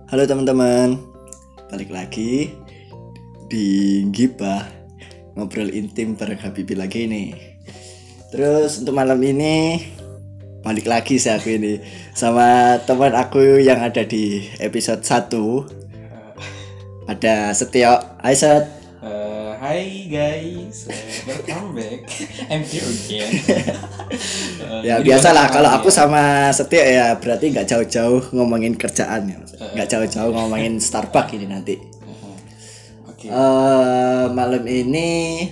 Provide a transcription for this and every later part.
Halo teman-teman, balik lagi di Gibah ngobrol intim bareng Habibi lagi nih. Terus untuk malam ini balik lagi sih aku ini sama teman aku yang ada di episode 1. Ada Setio. Hai Set. Hi guys, welcome back. I'm here again. Ya biasalah kalau aku sama Setio ya berarti nggak jauh-jauh ngomongin kerjaan ya, nggak jauh-jauh ngomongin Starbucks ini nanti. Oke. Malam ini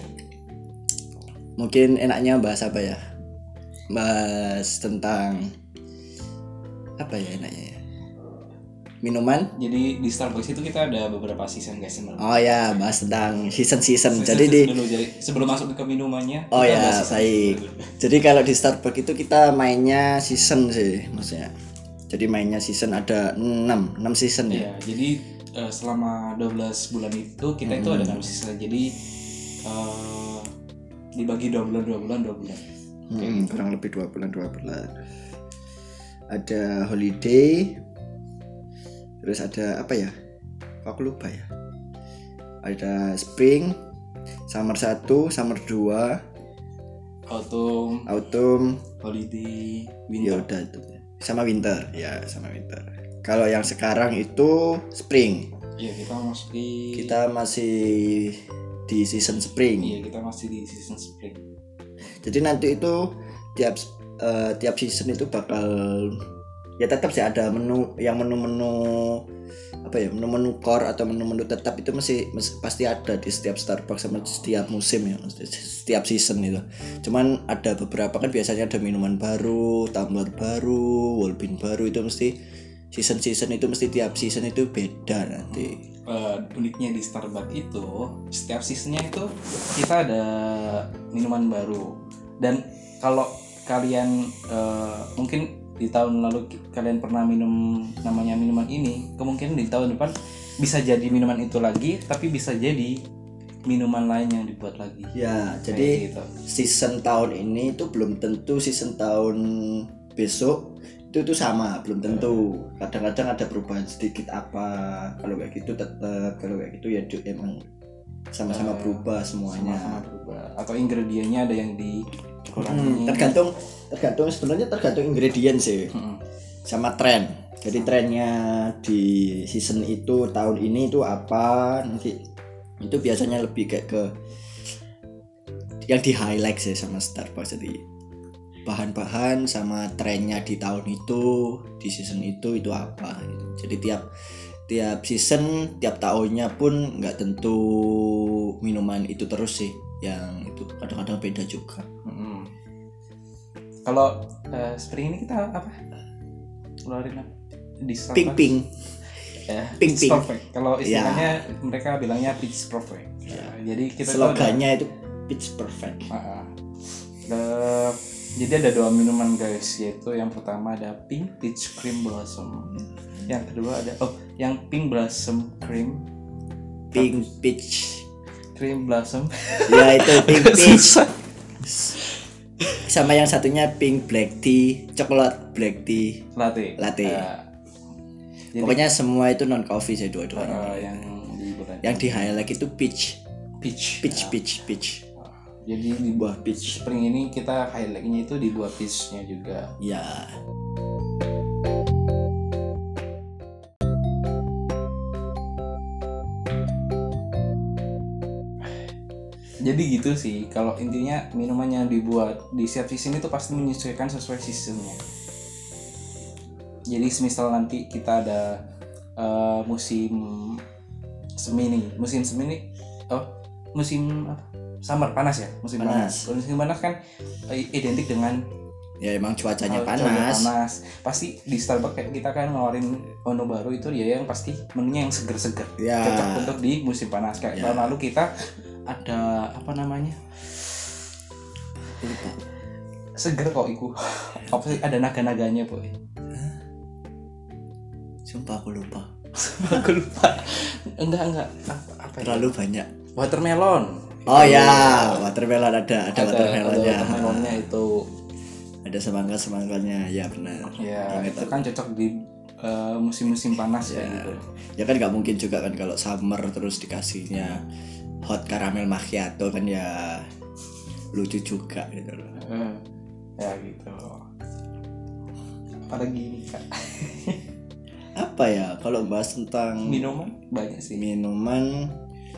mungkin enaknya bahas apa ya? Bahas tentang apa ya enaknya ya? Minuman. Jadi di Starbucks itu kita ada beberapa season guys sebenarnya. Oh ya, bahas tentang season. Jadi sebelum masuk ke minumannya. Oh ya, baik. Jadi kalau di Starbucks itu kita mainnya season sih, maksudnya. Jadi mainnya season ada 6 season ya. Iya, jadi selama 12 bulan itu kita itu ada 6 season. Jadi dibagi 2 bulan. Kurang lebih 2 bulan. Ada holiday. Terus ada apa ya? Aku lupa ya. Ada spring, summer 1, summer 2, autumn, holiday, ya winter. udah itu. Sama winter. Kalau yang sekarang itu spring. Iya, Kita masih di season spring. Iya, kita masih di season spring. Jadi nanti itu tiap season itu bakal ya tetap sih ada menu menu core atau menu tetap itu masih pasti ada di setiap Starbucks sama setiap musim ya, setiap season itu. Cuman ada beberapa kan biasanya ada minuman baru, tumbler baru, wallbean baru, itu mesti season itu mesti tiap season itu beda nanti. Uniknya di Starbucks itu setiap seasonnya itu kita ada minuman baru, dan kalau kalian mungkin di tahun lalu kalian pernah minum namanya minuman ini, kemungkinan di tahun depan bisa jadi minuman itu lagi, tapi bisa jadi minuman lain yang dibuat lagi. Ya, jadi gitu. Season tahun ini itu belum tentu season tahun besok itu sama, belum tentu. Kadang-kadang ada perubahan sedikit apa. Kalau kayak gitu tetap, kalau kayak gitu ya emang sama-sama berubah semuanya. Sama-sama berubah. Atau ingredientnya ada yang dikurangi. Tergantung sebenarnya tergantung ingredient sih. Sama tren. Jadi trennya di season itu tahun ini itu apa, nanti itu biasanya lebih kayak ke yang di highlight sih sama Starbucks. Jadi bahan-bahan sama trennya di tahun itu, di season itu apa gitu. Jadi tiap season, tiap tahunnya pun nggak tentu minuman itu terus sih, yang itu kadang-kadang beda juga. Kalau spring ini kita apa? Keluarin apa? Di Pink. Pink. Perfect. Kalau istilahnya mereka bilangnya pitch perfect. Jadi kita slogannya itu pitch perfect. Jadi ada 2 minuman guys, yaitu yang pertama ada pink peach cream blossom. Yang kedua ada yang pink blossom cream. Pink peach cream blossom. Ya itu pink peach. Sama yang satunya pink black tea, coklat black tea, latte. Pokoknya semua itu non coffee sih dua-duanya. Yang di highlight itu peach. Jadi di buah peach spring ini kita highlightnya itu di buah peachnya juga. Ya. Jadi gitu sih, kalau intinya minuman yang dibuat di setiap season itu pasti menyesuaikan sesuai seasonnya. Jadi semisal nanti kita ada musim semi apa? Summer panas ya, musim panas. Musim panas kan identik dengan ya emang cuacanya panas. Pasti di Starbucks kayak kita kan ngeluarin menu baru itu dia yang pasti menunya yang seger-seger. Ya. Cocok untuk di musim panas. Kayak tahun lalu kita ada apa namanya? Lupa. Seger kok iku. Apa sih, ada naga-naganya, Boy? Sumpah aku lupa. Enggak. Apa terlalu banyak. Watermelon. Oh ya, watermelon ada watermelonnya. Watermelonnya itu ada semangkanya, ya benar. Ya, itu kan cocok di musim-musim panas kayak gitu. Ya kan nggak mungkin juga kan kalau summer terus dikasihnya hot caramel macchiato kan ya lucu juga gitu loh. Ya gitu. Apalagi nih Kak? Apa ya kalau bahas tentang Minuman banyak sih. minuman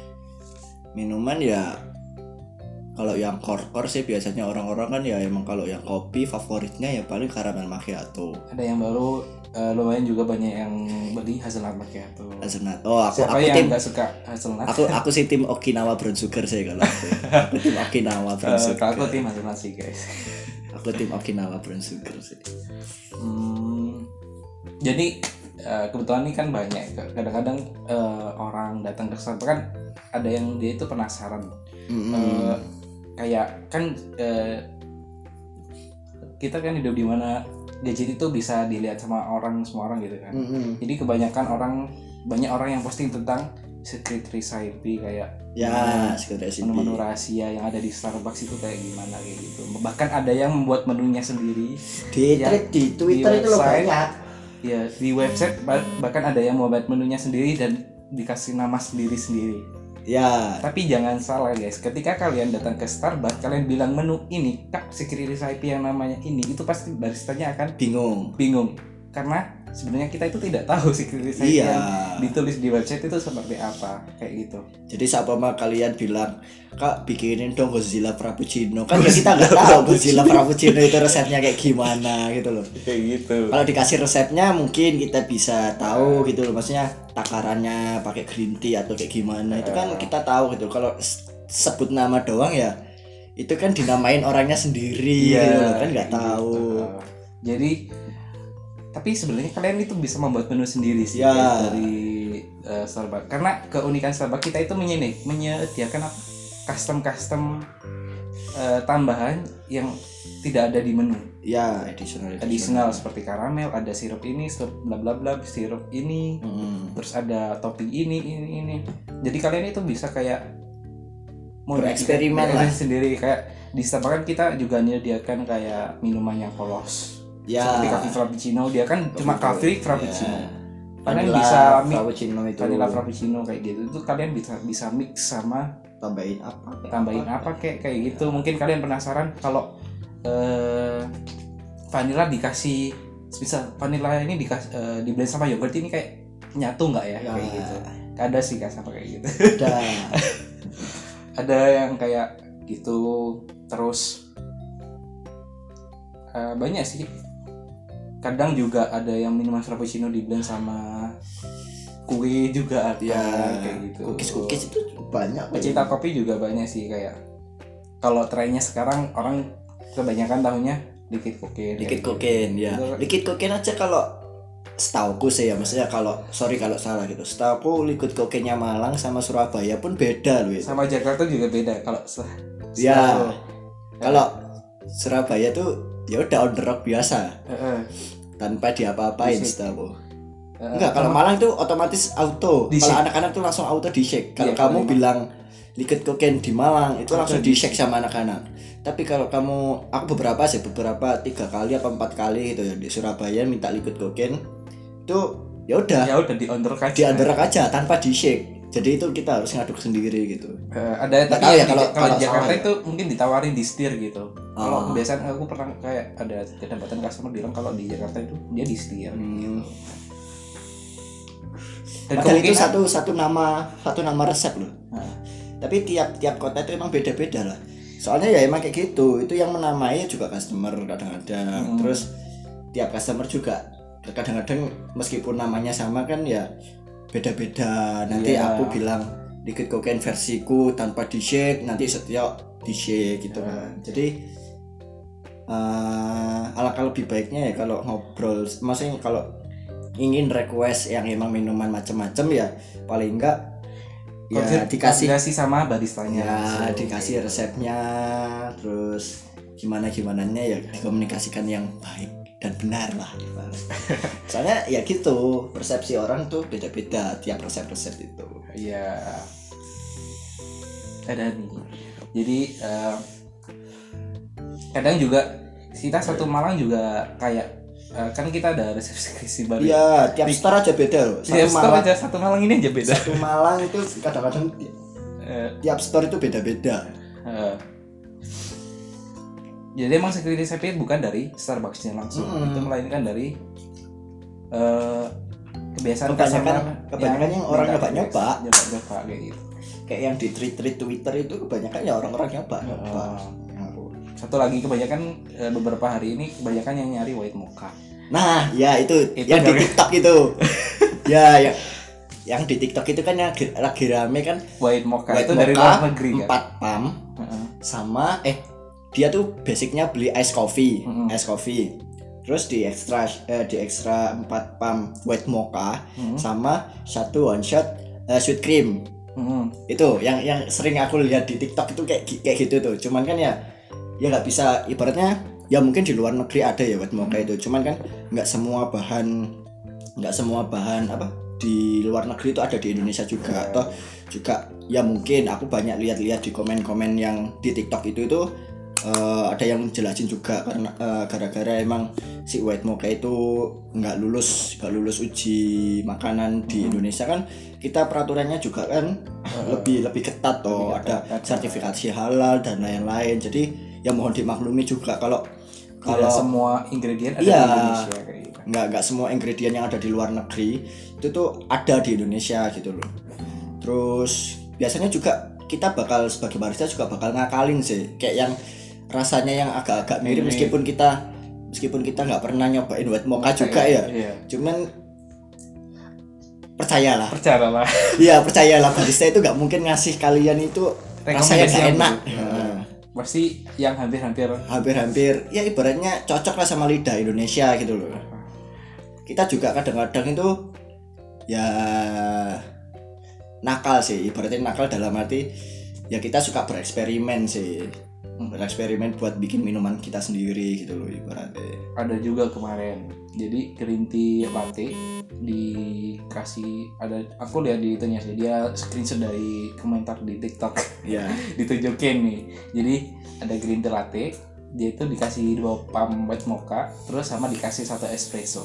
ya kalau yang core sih biasanya orang-orang kan ya emang kalau yang kopi favoritnya ya paling caramel macchiato. Ada yang baru lumayan juga banyak yang beli hazelnut macchiato. Hazelnut. Oh, Siapa aku yang tim nggak suka hazelnut? aku sih tim Okinawa Brown Sugar sih kalau aku tim Okinawa Brown Sugar. Kalau aku tim hazelnut sih guys. Aku tim Okinawa Brown Sugar sih. Jadi kebetulan ini kan banyak. Kadang-kadang orang datang ke Starbucks kan ada yang dia itu penasaran. Kayak kan kita kan hidup di mana gadget itu bisa dilihat sama semua orang gitu kan. Jadi kebanyakan banyak orang yang posting tentang secret recipe kayak secret recipe. Menu-menu rahasia yang ada di Starbucks itu kayak gimana kayak gitu. Bahkan ada yang membuat menunya sendiri. Di Twitter itu loh banyak. Ya, di website bahkan ada yang membuat menunya sendiri dan dikasih nama sendiri-sendiri. Ya. Tapi jangan salah guys, ketika kalian datang ke Starbucks, kalian bilang menu ini, Kak, secret recipe yang namanya ini, itu pasti baristanya akan bingung. Karena sebenarnya kita itu tidak tahu secret recipe yang ditulis di website itu seperti apa, kayak gitu. Jadi sama kalian bilang, Kak, bikinin dong Godzilla Frappuccino. Kan ya kita nggak tahu Godzilla Frappuccino itu resepnya kayak gimana gitu loh. Kayak gitu. Kalau dikasih resepnya mungkin kita bisa tahu gitu loh. Maksudnya takarannya pakai green tea atau kayak gimana itu kan kita tahu gitu. Kalau sebut nama doang ya itu kan dinamain orangnya sendiri gitu loh, kan nggak tahu. Jadi tapi sebenarnya kalian itu bisa membuat menu sendiri sih guys, dari Starbucks. Karena keunikan Starbucks kita itu menyediakan custom tambahan yang tidak ada di menu. Ya, additional seperti karamel, ada sirup ini, sirup bla bla bla, sirup ini, terus ada topping ini. Jadi kalian itu bisa kayak mau bereksperimen lah sendiri. Kayak di Starbucks kan kita juga menyediakan kayak minuman yang polos. Seperti coffee frappuccino, dia kan cuma coffee frappuccino. Kalian bisa frappuccino itu. Vanilla frappuccino kayak gitu. Itu kalian bisa mix sama tambahin apa kayak gitu. Mungkin kalian penasaran kalau vanilla dikasih bisa vanilla ini di blend sama yogurt ini kayak nyatu nggak ya kayak gitu. Ada sih Kak sama kayak gitu. Ada yang kayak gitu. Terus banyak sih. Kadang juga ada yang minuman frappuccino di blend sama kue juga ada kayak gitu. Cookies itu banyak. Pecinta kopi juga banyak sih kayak. Kalau trennya sekarang orang kebanyakan tahunya liquid cocaine ya. Liquid cocaine aja kalau setauku sih ya, maksudnya kalau salah gitu. Setauku liquid cocaine-nya Malang sama Surabaya pun beda loh itu. Sama Jakarta juga beda kalau kalau Surabaya tuh ya udah on the rock biasa. Tanpa diapa-apain setauku. Enggak, kalau Malang tuh otomatis auto. Kalau anak-anak tuh langsung auto di shake. Kalau kamu bilang liquid cocaine di Malang itu langsung di shake sama anak-anak. Tapi kalau aku beberapa 3 kali apa 4 kali gitu ya di Surabaya minta liquid cocaine itu ya udah di on the rock aja tanpa di shake. Jadi itu kita harus ngaduk sendiri gitu. Ada tapi ya kalau di Jakarta itu mungkin ditawarin di stir gitu. Kalau biasanya aku pernah kayak ada kedapatan customer bilang kalau di Jakarta itu dia di stir gitu. Dan padahal itu satu nama resep loh. Tapi tiap kota itu emang beda-beda lah. Soalnya ya emang kayak gitu. Itu yang menamai juga customer kadang-kadang. Terus tiap customer juga kadang-kadang meskipun namanya sama kan ya beda-beda. Nanti aku bilang liquid cocaine versiku tanpa di shake, nanti setiap di shake gitu kan. Jadi alangkah lebih baiknya ya kalau ngobrol, maksudnya kalau ingin request yang emang minuman macam-macam ya paling enggak ya dikasih sama baristanya ya, dikasih resepnya, terus gimananya ya dikomunikasikan yang baik dan benar lah. Soalnya ya gitu, persepsi orang tuh beda-beda tiap resep-resep itu. Iya. Ada nih. Jadi kadang juga kita satu Malang juga kayak kan kita ada resepsi skripsi baru. Iya, tiap store aja beda loh. Tiap store aja, satu Malang ini aja beda. Satu Malang itu kadang-kadang tiap store itu beda-beda. Jadi emang security certificate bukan dari Starbucksnya langsung, itu melainkan dari kebiasaan kebanyakan yang orang nyoba kayak gitu. Kayak yang di tweet Twitter itu kebanyakan ya orang-orang nyoba. Satu lagi kebanyakan beberapa hari ini kebanyakan yang nyari white mocha. Nah, ya itu yang di TikTok itu. Ya, yang di TikTok itu kan yang lagi rame kan white mocha itu dari luar negeri 4 pam. Sama dia tuh basicnya beli ice coffee. Terus di extra 4 pump white mocha sama 1 one shot sweet cream. Itu yang sering aku lihat di TikTok itu kayak gitu tuh. Cuman kan ya nggak bisa, ibaratnya ya mungkin di luar negeri ada ya white mocha itu. Cuman kan nggak semua bahan apa di luar negeri itu ada di Indonesia juga. Atau juga ya mungkin aku banyak lihat di komen-komen yang di TikTok itu ada yang jelasin juga karena gara-gara emang si white mocha itu nggak lulus uji makanan di Indonesia kan. Kita peraturannya juga kan lebih ketat toh, ada sertifikasi halal dan lain-lain. Jadi ya mohon dimaklumi juga kalau semua ingredient ada di Indonesia kayak gitu. Nggak semua ingredient yang ada di luar negeri itu tuh ada di Indonesia gitu loh. Terus biasanya juga kita sebagai barista juga bakal ngakalin sih, kayak yang rasanya yang agak-agak mirip meskipun kita nggak pernah nyobain white mocha juga ya. Cuman percayalah. Iya, percayalah, barista itu nggak mungkin ngasih kalian itu rasanya nggak enak. Pasti yang hampir ya ibaratnya cocok lah sama lidah Indonesia gitu loh. Kita juga kadang-kadang itu ya nakal sih, ibaratnya nakal dalam arti ya kita suka bereksperimen buat bikin minuman kita sendiri gitu loh ibaratnya. Ada juga kemarin, jadi green tea latte dikasih, aku lihat di itunya sih, dia screenshot dari komentar di TikTok. Iya. Ditunjukin nih, jadi ada green tea latte, dia itu dikasih 2 pump white mocha, terus sama dikasih 1 espresso.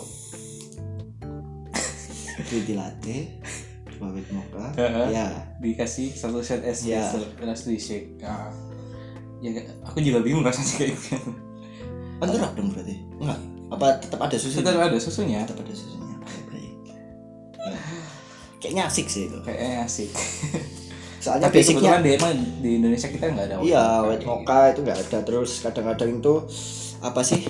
Green tea latte, 2 white mocha, ya dikasih 1 shot espresso, terus di shake. Ya aku juga bingung rasanya kayak gitu. Antara dong berarti? Enggak. Apa tetap ada susunya? Tetap ada susunya. Baik. Kayaknya asik sih itu. Kayaknya asik. Soalnya tapi basicnya kebetulan emang di Indonesia kita nggak ada. Iya, white mocha itu nggak ada. Terus kadang-kadang itu apa sih?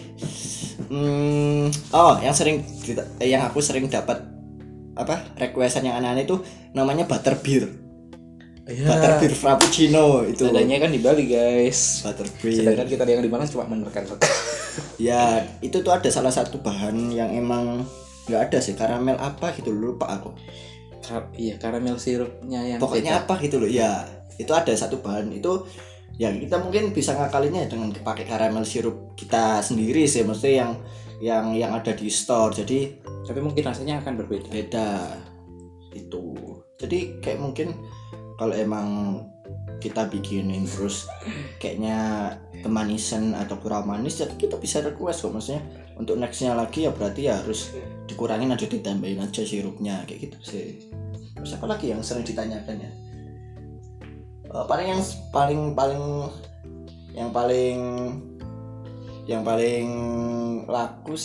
Yang aku sering dapat requestan yang aneh-aneh itu namanya butterbeer. Butterbeer frappuccino itu. Adanya kan di Bali guys. Butterbeer. Sedangkan kita yang di Malang cuma menerkan. Ya itu tuh ada salah satu bahan yang emang nggak ada sih, karamel apa gitu, lupa aku. Iya, karamel sirupnya yang pokoknya apa gitu loh. Ya itu ada satu bahan itu ya kita mungkin bisa ngakalinnya dengan pakai karamel sirup kita sendiri sih, maksudnya yang ada di store. Jadi tapi mungkin rasanya akan berbeda itu. Jadi kayak mungkin kalau emang kita bikinin terus kayaknya kemanisan atau kurang manis, ya kita bisa request kok, maksudnya untuk nextnya lagi ya berarti ya harus dikurangin atau ditambahin aja sirupnya kayak gitu sih. Terus apa lagi yang sering ditanyakan ya? Yang paling laku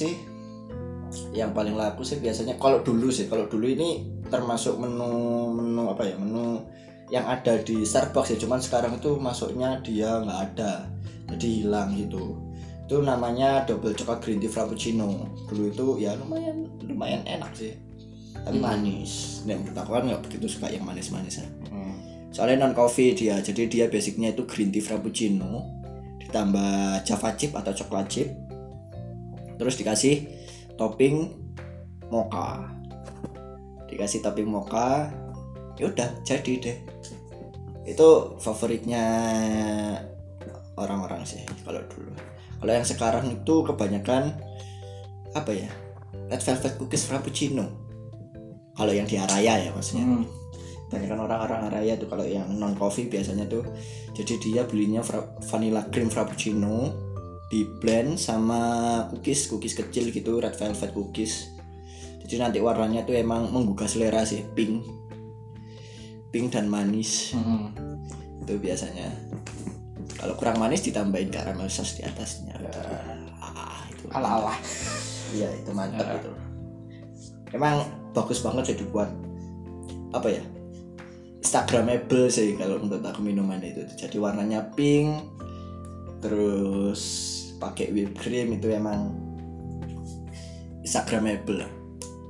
sih biasanya kalau dulu ini termasuk menu apa ya, menu yang ada di Starbucks ya, cuman sekarang itu masuknya dia nggak ada, jadi hilang gitu. Itu namanya double coklat green tea frappuccino. Dulu itu ya lumayan enak sih, tapi manis. Nah, menurut aku kan nggak begitu suka yang manis-manis ya. Soalnya non coffee dia, jadi dia basicnya itu green tea frappuccino ditambah java chip atau coklat chip, terus dikasih topping mocha. Ya udah jadi deh. Itu favoritnya orang-orang sih kalau dulu. Kalau yang sekarang itu kebanyakan apa ya, red velvet cookies frappuccino kalau yang di Araya ya maksudnya. Kebanyakan orang-orang Araya tuh kalau yang non coffee biasanya tuh, jadi dia belinya vanilla cream frappuccino di blend sama cookies kecil gitu, red velvet cookies. Jadi nanti warnanya tuh emang menggugah selera sih, pink dan manis. Itu biasanya. Kalau kurang manis ditambahin caramel sauce di atasnya. Itu ala-ala. Iya, itu mantap itu. Emang bagus banget jadi buat apa ya? Instagramable sih kalau menurut aku minuman itu. Jadi warnanya pink, terus pakai whipped cream, itu emang Instagramable lah.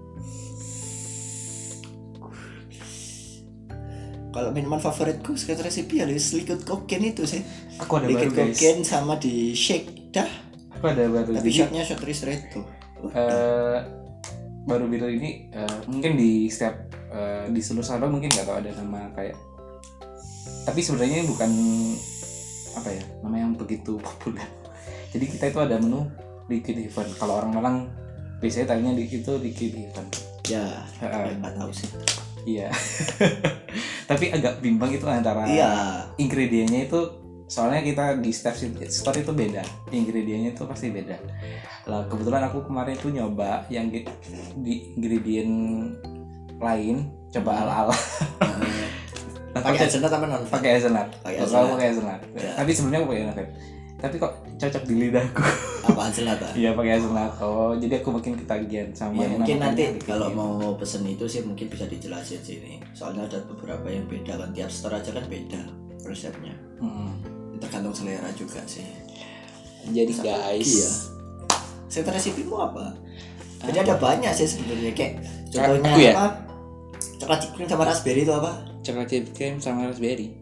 Kalau minuman favoritku sekitar resipi ya liquid cocaine itu sih. Aku ada liquid baru guys. cocaine sama di shake dah. Aku ada baru. Tapi shotnya shot ristretto. Baru-baru ini mungkin di setiap di seluruh Sabang mungkin nggak tahu ada nama kayak. Tapi sebenarnya bukan apa ya, nama yang begitu populer. Jadi kita itu ada menu liquid heaven. Kalau orang Malang biasanya tanya itu liquid heaven. Ya, nggak tahu sih. Iya. Tapi agak bimbang itu antara ingredientnya itu, soalnya kita di setiap store itu beda, ingredientnya itu pasti beda. Lah kebetulan aku kemarin itu nyoba yang di ingredient lain, coba ala-ala. Pakai hazelnut apa non? Pakai hazelnut. Kalau pakai hazelnut. Tapi sebenarnya aku pakai hazelnut. Tapi kok cocok di lidahku. Apa hazelnut? Iya, pakai hazelnut. Oh, jadi aku makin ketagihan sama. Ya mungkin nanti kalau mau pesen itu sih mungkin bisa dijelasin sini. Soalnya ada beberapa yang beda kan, tiap store aja kan beda resepnya. Tergantung selera juga sih. Jadi guys, ya. Set resipimu apa? Jadi ada banyak sih sebenarnya, kayak contohnya apa? Coklat chip cream sama raspberry itu apa? Coklat chip cream sama raspberry.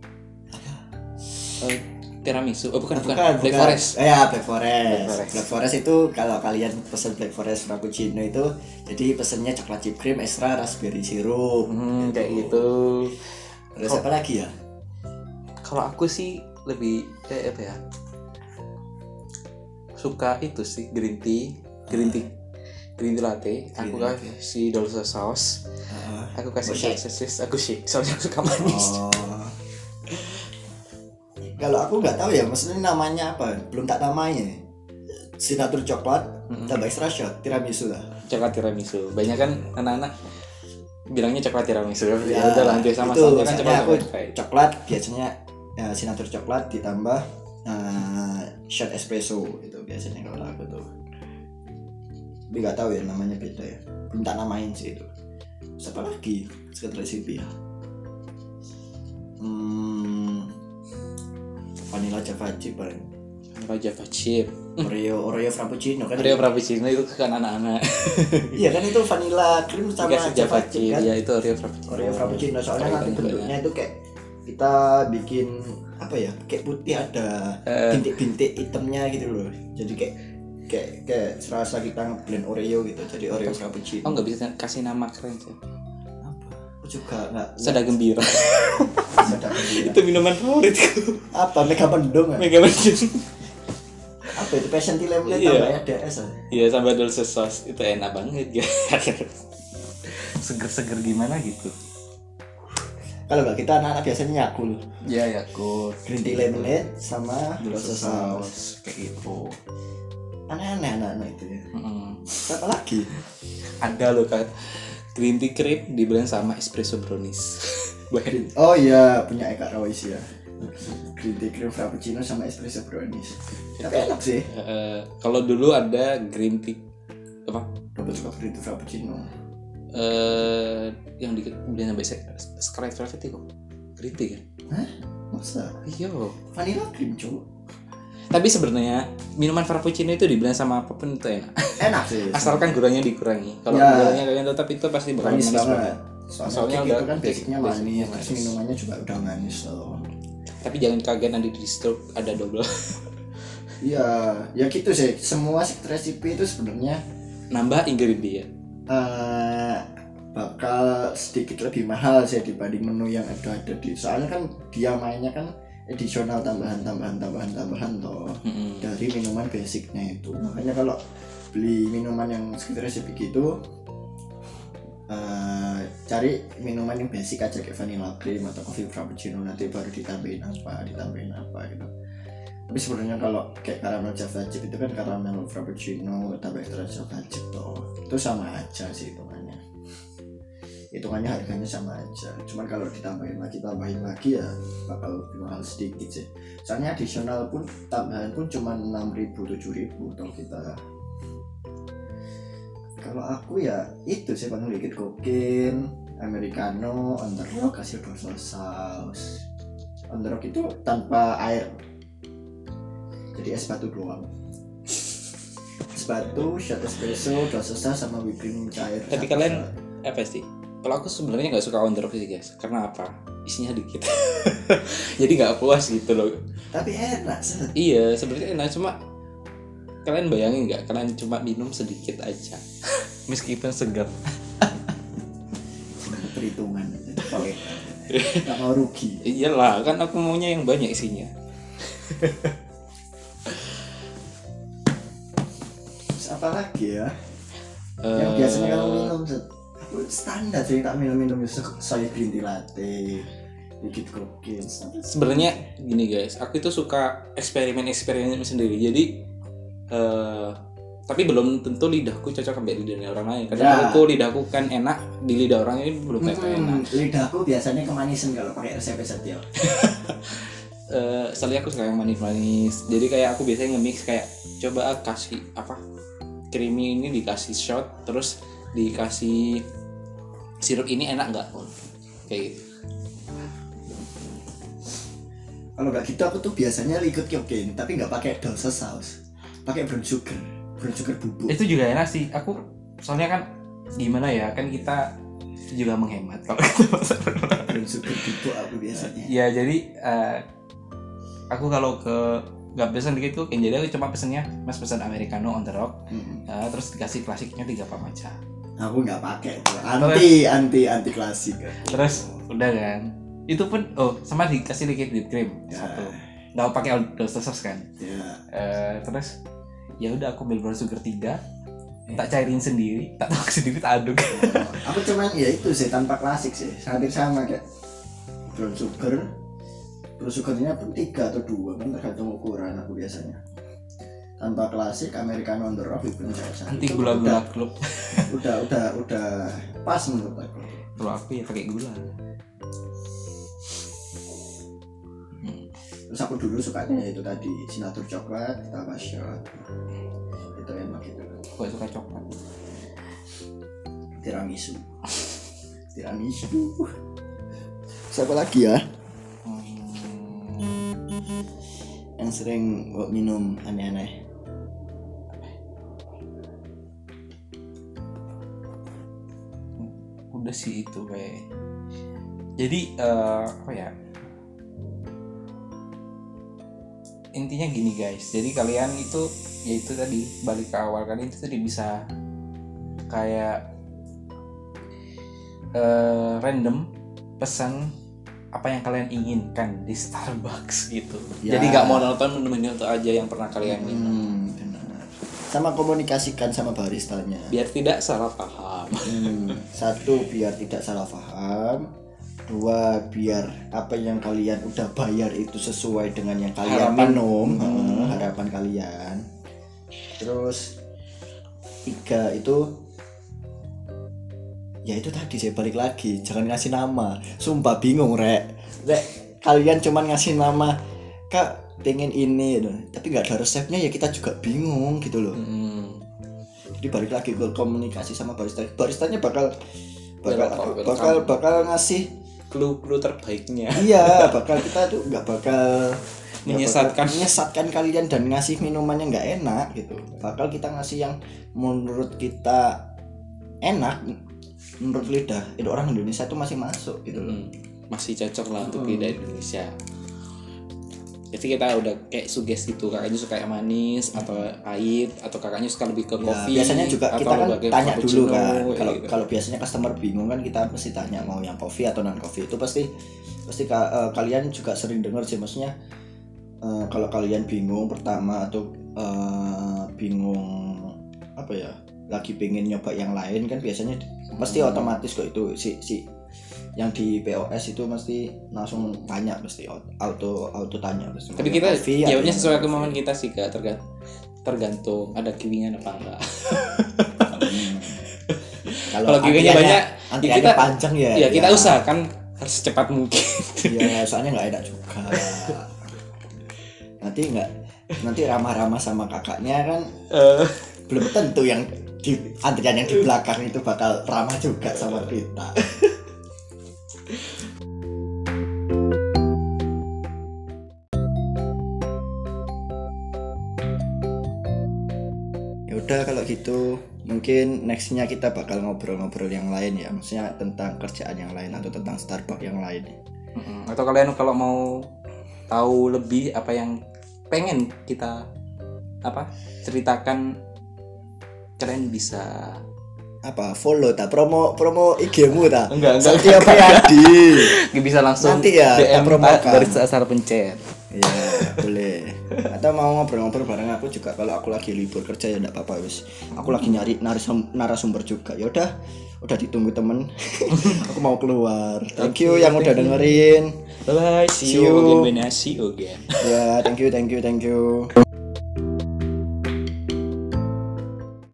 Tiramisu. Bukan. Black Forest. Black Forest itu kalau kalian pesen Black Forest frappuccino itu jadi pesennya coklat chip cream extra raspberry sirup. Kayak gitu. Terus apa lagi ya? Kalau aku sih lebih apa ya? Suka itu sih green tea latte. Aku kasih dolce sauce. Aku kasih dolce sauce. Aku shake. Soalnya aku suka manis. Kalau aku nggak tahu ya, maksudnya namanya apa? Belum tak namanya. Signature coklat, tambah extra shot, tiramisu lah. Coklat tiramisu. Banyak kan anak-anak bilangnya coklat tiramisu. Ya udah lanjut sama itu, kan coklat biasanya signature coklat ditambah shot espresso itu biasanya kalau aku tuh. Tapi nggak tahu ya namanya beda ya. Belum tak namain sih itu. Siapa lagi? Sekedar resipi ya. Vanilla Java Chip paling. Vanilla Java Chip. Oreo Frappuccino kan. Oreo Frappuccino itu kan anak-anak. Iya kan itu vanilla cream sama Java Chip kan. Iya itu Oreo Frappuccino. Oreo Frappuccino soalnya nanti bentuknya itu kayak kita bikin apa ya? Kayak putih ada bintik-bintik hitamnya gitu loh. Jadi kayak serasa kita ngeblend Oreo gitu. Jadi Oreo Frappuccino. Oh nggak bisa kasih nama keren sih. Juga nggak Sada Gembira. Sada Gembira itu minuman favoritku. Apa Mega Mendung ya? Mega Mendung. Apa itu passion tea lemonade tambah DS aja. Iya sama dolce sauce itu enak banget ya. Seger-seger gimana gitu. Kalau nggak kita anak-anak biasanya Yakult. Iya Yakult. Green tea lemonade sama dolce sauce kayak gitu. Aneh-aneh anak-anak itu ya. Apa lagi? Ada loh kan. Green tea cream diblend sama espresso brownies. Oh iya, punya Eka Rawais ya. Green tea cream frappuccino sama espresso brownies. Tapi enak sih. Kalau dulu ada green tea apa? Double cup green tea frappuccino. Yang diblend sama Scarlet Velvet itu green tea kan? Hah? Masa? Iya. Vanilla cream cuy. Tapi sebenarnya minuman frappuccino itu diblend sama apapun itu enak. Enak sih. Asalkan guranya dikurangi. Kalau guranya kalian tetap itu pasti bakal manis banget. Soalnya itu kan basicnya manis, terus minumannya juga udah manis loh. Tapi jangan kaget nanti di stroke ada double. Iya, ya gitu sih. Semua resipi itu sebenarnya nambah ingredient. Bakal sedikit lebih mahal sih dibanding menu yang ada di. Soalnya kan dia mainnya kan additional tambahan toh dari minuman basicnya itu. Makanya kalau beli minuman yang sekitar resipi gitu, cari minuman yang basic aja kayak vanilla cream atau coffee frappuccino, nanti baru ditambahin apa gitu. Tapi sebenarnya kalau kayak caramel java chip itu kan caramel frappuccino tambah extra java chip toh. Itu sama aja sih hitungannya harganya sama aja, cuman kalau tambahin lagi ya bakal lebih mahal sedikit sih, soalnya additional pun tambahan pun cuma 6.000 7.000 kalau kita. Kalau aku ya itu sih paling liquid kokin, americano, on the rock kasih dosa saus. On the rock itu tanpa air, jadi es batu doang. Es batu, shot espresso, dosa saus sama whipped cream cair. Tapi kalian apa sih? Kalau aku sebenarnya nggak suka on the rock sih guys, karena apa? Isinya dikit, jadi nggak puas gitu loh. Tapi enak sih. Iya, sebenarnya enak, cuma kalian bayangin nggak? Kalian cuma minum sedikit aja, meskipun segar. Perhitungan, oke. Nggak mau rugi. Iyalah, kan aku maunya yang banyak isinya. Terus apa lagi ya? Yang biasanya kalau minum aku standar sih, tak minum soy green tea latte, liquid kokin. Sebenarnya gini guys, aku itu suka eksperimen sendiri. Jadi tapi belum tentu lidahku cocok sampai lidahnya orang lain. Karena aku lidahku kan enak, di lidah orang ini belum tentu enak. Lidahku biasanya kemanisan kalau pakai resep ya. Soalnya aku suka yang manis-manis. Jadi kayak aku biasanya nge-mix kayak coba kasih apa? Creamy ini dikasih shot, terus dikasih sirup ini enak nggak? Kayak gitu. Kalau nggak gitu aku tuh biasanya liquid kokin, tapi nggak pakai dosa saus, pakai brown sugar bubuk. Itu juga enak sih. Aku soalnya kan gimana ya, kan kita juga menghemat kalau brown sugar bubuk aku biasanya. Ya jadi aku kalau ke nggak pesan liquid kokin, jadi aku cuma pesennya mas pesan americano on the rock, terus dikasih klasiknya 3 pam aja. Aku nggak pakai tuh, anti klasik. Terus udah kan, itu pun sama dikasih liquid whipped cream satu, nggak pakai dosa sauce kan. Terus ya udah aku ambil brown sugar 3, tak cairin sendiri, tak tahu sendiri, tak aduk. Aku cuman ya itu sih tanpa klasik sih, hampir sama kayak brown sugarnya pun 3 atau 2 kan tergantung ukuran aku biasanya. Tanpa klasik, americano on the rock itu anti gula-gula klub. udah pas menurut aku. Kalau aku ya pakai gula. Terus aku dulu sukanya itu tadi signature coklat ditambah shot. Itu enak gitu. Aku suka coklat. Tiramisu. Siapa lagi ya? Yang sering minum aneh-aneh. Udah sih itu kayak. Jadi apa ya? Intinya gini guys. Jadi kalian itu yaitu tadi balik ke awal, kalian itu tadi bisa kayak random pesan apa yang kalian inginkan di Starbucks gitu. Ya. Jadi nggak monoton menu itu aja yang pernah kalian minum. Benar. Sama komunikasikan sama baristanya. Biar tidak salah paham. 1 biar tidak salah paham. 2 biar apa yang kalian udah bayar itu sesuai dengan yang kalian minum, harapan kalian. Terus 3 itu ya itu tadi saya balik lagi, jangan ngasih nama. Sumpah bingung rek kalian cuman ngasih nama kak pengen ini gitu. Tapi nggak ada resepnya ya kita juga bingung gitu loh. Jadi balik lagi ke komunikasi sama baristanya bakal ngasih clue terbaiknya. Iya, kita tuh nggak bakal menyesatkan kalian dan ngasih minumannya nggak enak gitu. Bakal kita ngasih yang menurut kita enak, menurut lidah orang Indonesia itu masih masuk gitu loh. Masih cocok lah untuk lidah Indonesia. Jadi kita udah kayak suggest gitu, kakaknya suka yang manis atau pahit, atau kakaknya suka lebih ke kopi. Biasanya juga kita kan tanya dulu kan. Kalau gitu. Biasanya customer bingung kan kita pasti tanya mau yang kopi atau non kopi. Itu pasti kalian juga sering dengar sih, maksudnya kalau kalian bingung pertama atau bingung apa ya, lagi pengen nyoba yang lain kan biasanya pasti otomatis kok itu si yang di POS itu mesti langsung tanya, pasti auto tanya pasti. Tapi kita jawabnya sesuai kemauan kita sih Kak, tergantung ada kiwingan apa enggak. Kalau kiwingannya banyak, kita panjang ya. Ya kita usahakan harus secepat mungkin. Iya, soalnya nggak enak juga. Nanti ramah-ramah sama kakaknya kan. Belum tentu yang di antrian yang di belakang itu bakal ramah juga sama kita. Ya udah kalau gitu mungkin nextnya kita bakal ngobrol-ngobrol yang lain ya, maksudnya tentang kerjaan yang lain atau tentang Starbucks yang lain. Atau kalian kalau mau tahu lebih apa yang pengen kita ceritakan, kalian bisa follow promo IG-mu ta? Enggak. Satya Priyadi. Bisa langsung nanti ya DM promokan dari asal pencet. Iya, boleh. Atau mau ngobrol-ngobrol bareng aku juga kalau aku lagi libur kerja ya enggak apa-apa wis. Aku lagi nyari narasumber juga. Ya udah ditunggu temen. Aku mau keluar. Thank you yang udah dengerin. Bye, see you again. Ya, thank you.